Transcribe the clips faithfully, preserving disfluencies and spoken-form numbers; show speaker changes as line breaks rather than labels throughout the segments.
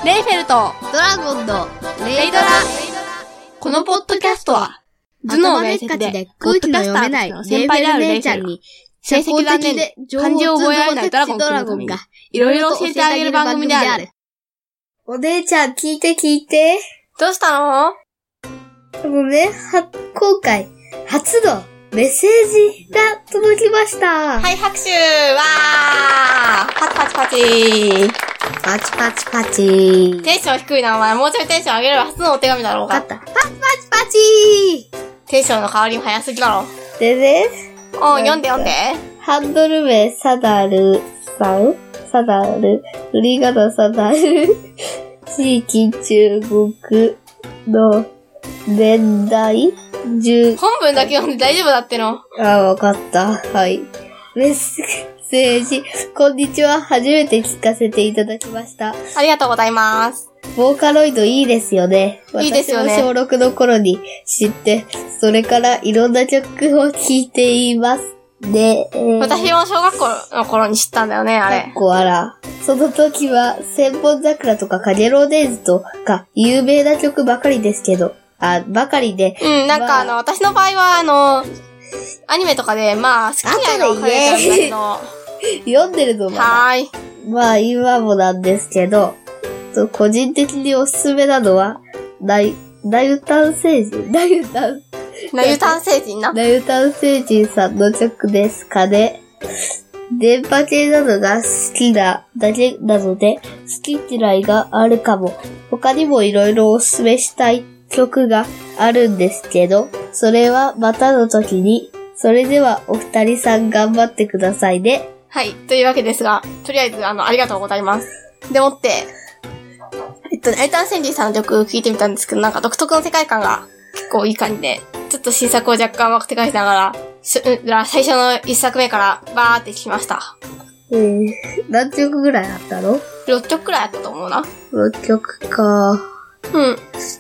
レイフェルト
ドラゴンの
レイドラ。このポッドキャストは頭脳明晰で
空気の読めない
先輩であるレイちゃんに成績残念で漢字を覚えられないドラゴンくんのためにいろいろ教えてあげる番組である。
お姉ちゃん聞いて聞いて。
どうしたの？
あのね、は、今回初のメッセージが届きました。
はい、拍手わーパチパチパチ
パチパチパチ。
テンション低いな、お前。もうちょいテンション上げれば初のお手紙だろうが。
わかった。パチパチパチ
テンションの変わりも早すぎだろ。
でね。
おー、読んで読んで。
ハンドル名サダルさんサダル。振り仮名サダル。地域中国の年代じ
本文だけ読んで大丈夫だっての。
あ、わかった。はい。メッセージ、こんにちは。初めて聞かせていただきました。
ありがとうございます。
ボーカロイドいいですよね。
いいですよね。
私も小ろくの頃に知って、それからいろんな曲を聴いています。で、えー、
私も小学校の頃に知ったんだよね、あれ。
こあら。その時は、千本桜とかかげろうデイズとか、有名な曲ばかりですけど、あ、ばかりで。
うん、なんかあの、まあ、私の場合はあの、アニメとかで、まあ、好きなのを書いてたんだけど。
読んでるのも。
はーい。
まあ、今もなんですけど、個人的におすすめなのは、なゆ、なゆたん星人なゆたん。
なゆたん星人な。
なゆたん星人さんの曲ですかね。電波系なのが好きなだけなので、好き嫌いがあるかも。他にもいろいろおすすめしたい曲があるんですけど、それはまたの時に。それではお二人さん頑張ってくださいね。
はい。というわけですが、とりあえずあの、ありがとうございます。でもって、えっと、なゆたん星人さんの曲聴いてみたんですけど、なんか独特の世界観が結構いい感じで、ちょっと新作を若干分けて返しながら、最初の一作目からバーって聴きました。
えー、何曲ぐらいあったの？
ろっきょくくらいあったと思うな。
ろっきょくか。
うん。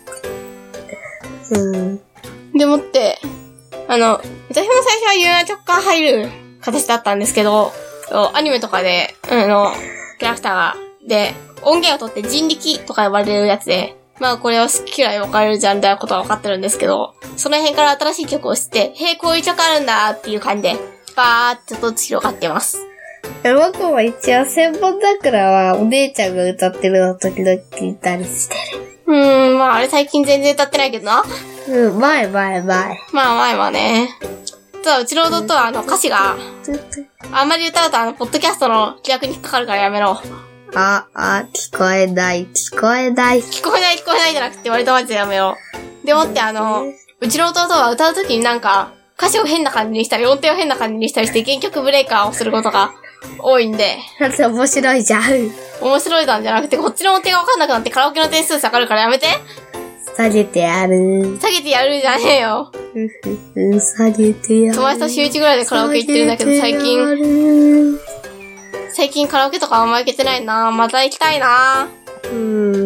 うん。
でもって、あの、私も最初は有名な曲から入る形だったんですけど、アニメとかで、あの、キャラクターが、で、音源を取って人力とか呼ばれるやつで、まあこれは好き嫌い分かれるジャンルであることは分かってるんですけど、その辺から新しい曲を知って、へえ、こういう曲あるんだっていう感じで、バーってちょっとずつ広がってます。
僕も一応千本桜はお姉ちゃんが歌ってるの時々聞いたりしてる。
うーん、まああれ最近全然歌ってないけどな。
うん、前前前。
まあ前はね。ただうちの弟はあの歌詞が、あんまり歌うとあの、ポッドキャストの規約に引っかかるからやめろ。
あ、あ、聞こえない、聞こえない。
聞こえない聞こえないじゃなくて割とマジでやめろ。でもってあの、うちの弟は歌うときになんか、歌詞を変な感じにしたり、音程を変な感じにしたりして、原曲ブレーカーをすることが多いんで。
だって面白いじゃん。
面白いなんじゃなくて、こっちの音程がわかんなくなってカラオケの点数下がるからやめて。
下げてやる。
下げてやるじゃねえよ。
ふふふ、下げてやる。
友達と週一ぐらいでカラオケ行ってるんだけど、最近、最近カラオケとかあんま行けてないな。また行きたいな。
うん。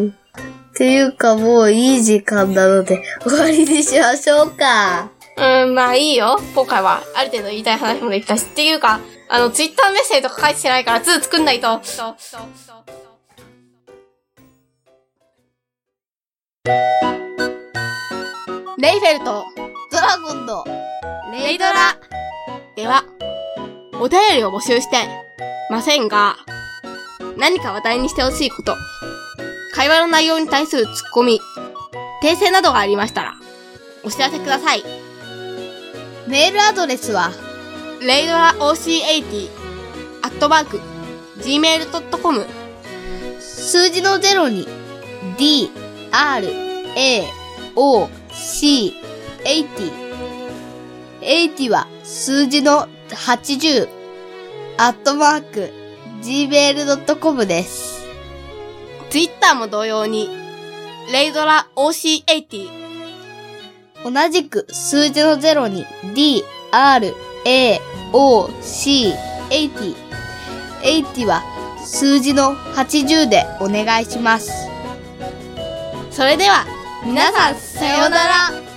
っていうかもういい時間なので終わりにしましょうか。
うん、まあいいよ。今回はある程度言いたい話もできたし。っていうか、あの、ツイッターメッセージとか書いてないからツー作んないと。レイフェルト、
ドラゴンの
レイドラでは、お便りを募集してませんが、何か話題にしてほしいこと、会話の内容に対するツッコミ、訂正などがありましたら、お知らせください。
メールアドレスは、
レイドラ オーシーエイティー アットマーク ジーメールドットコム
数字のゼロに D、R、A、O、C、エイティー エイティー は数字のはちじゅうアットマーク ジーメールドットコム です。
ツイッターも同様に、レイドラ オーシーエイティー
同じく数字のゼロに D、R、A、O、C、エイティー エイティー は数字のはちじゅうでお願いします。
それでは、皆さんさようなら。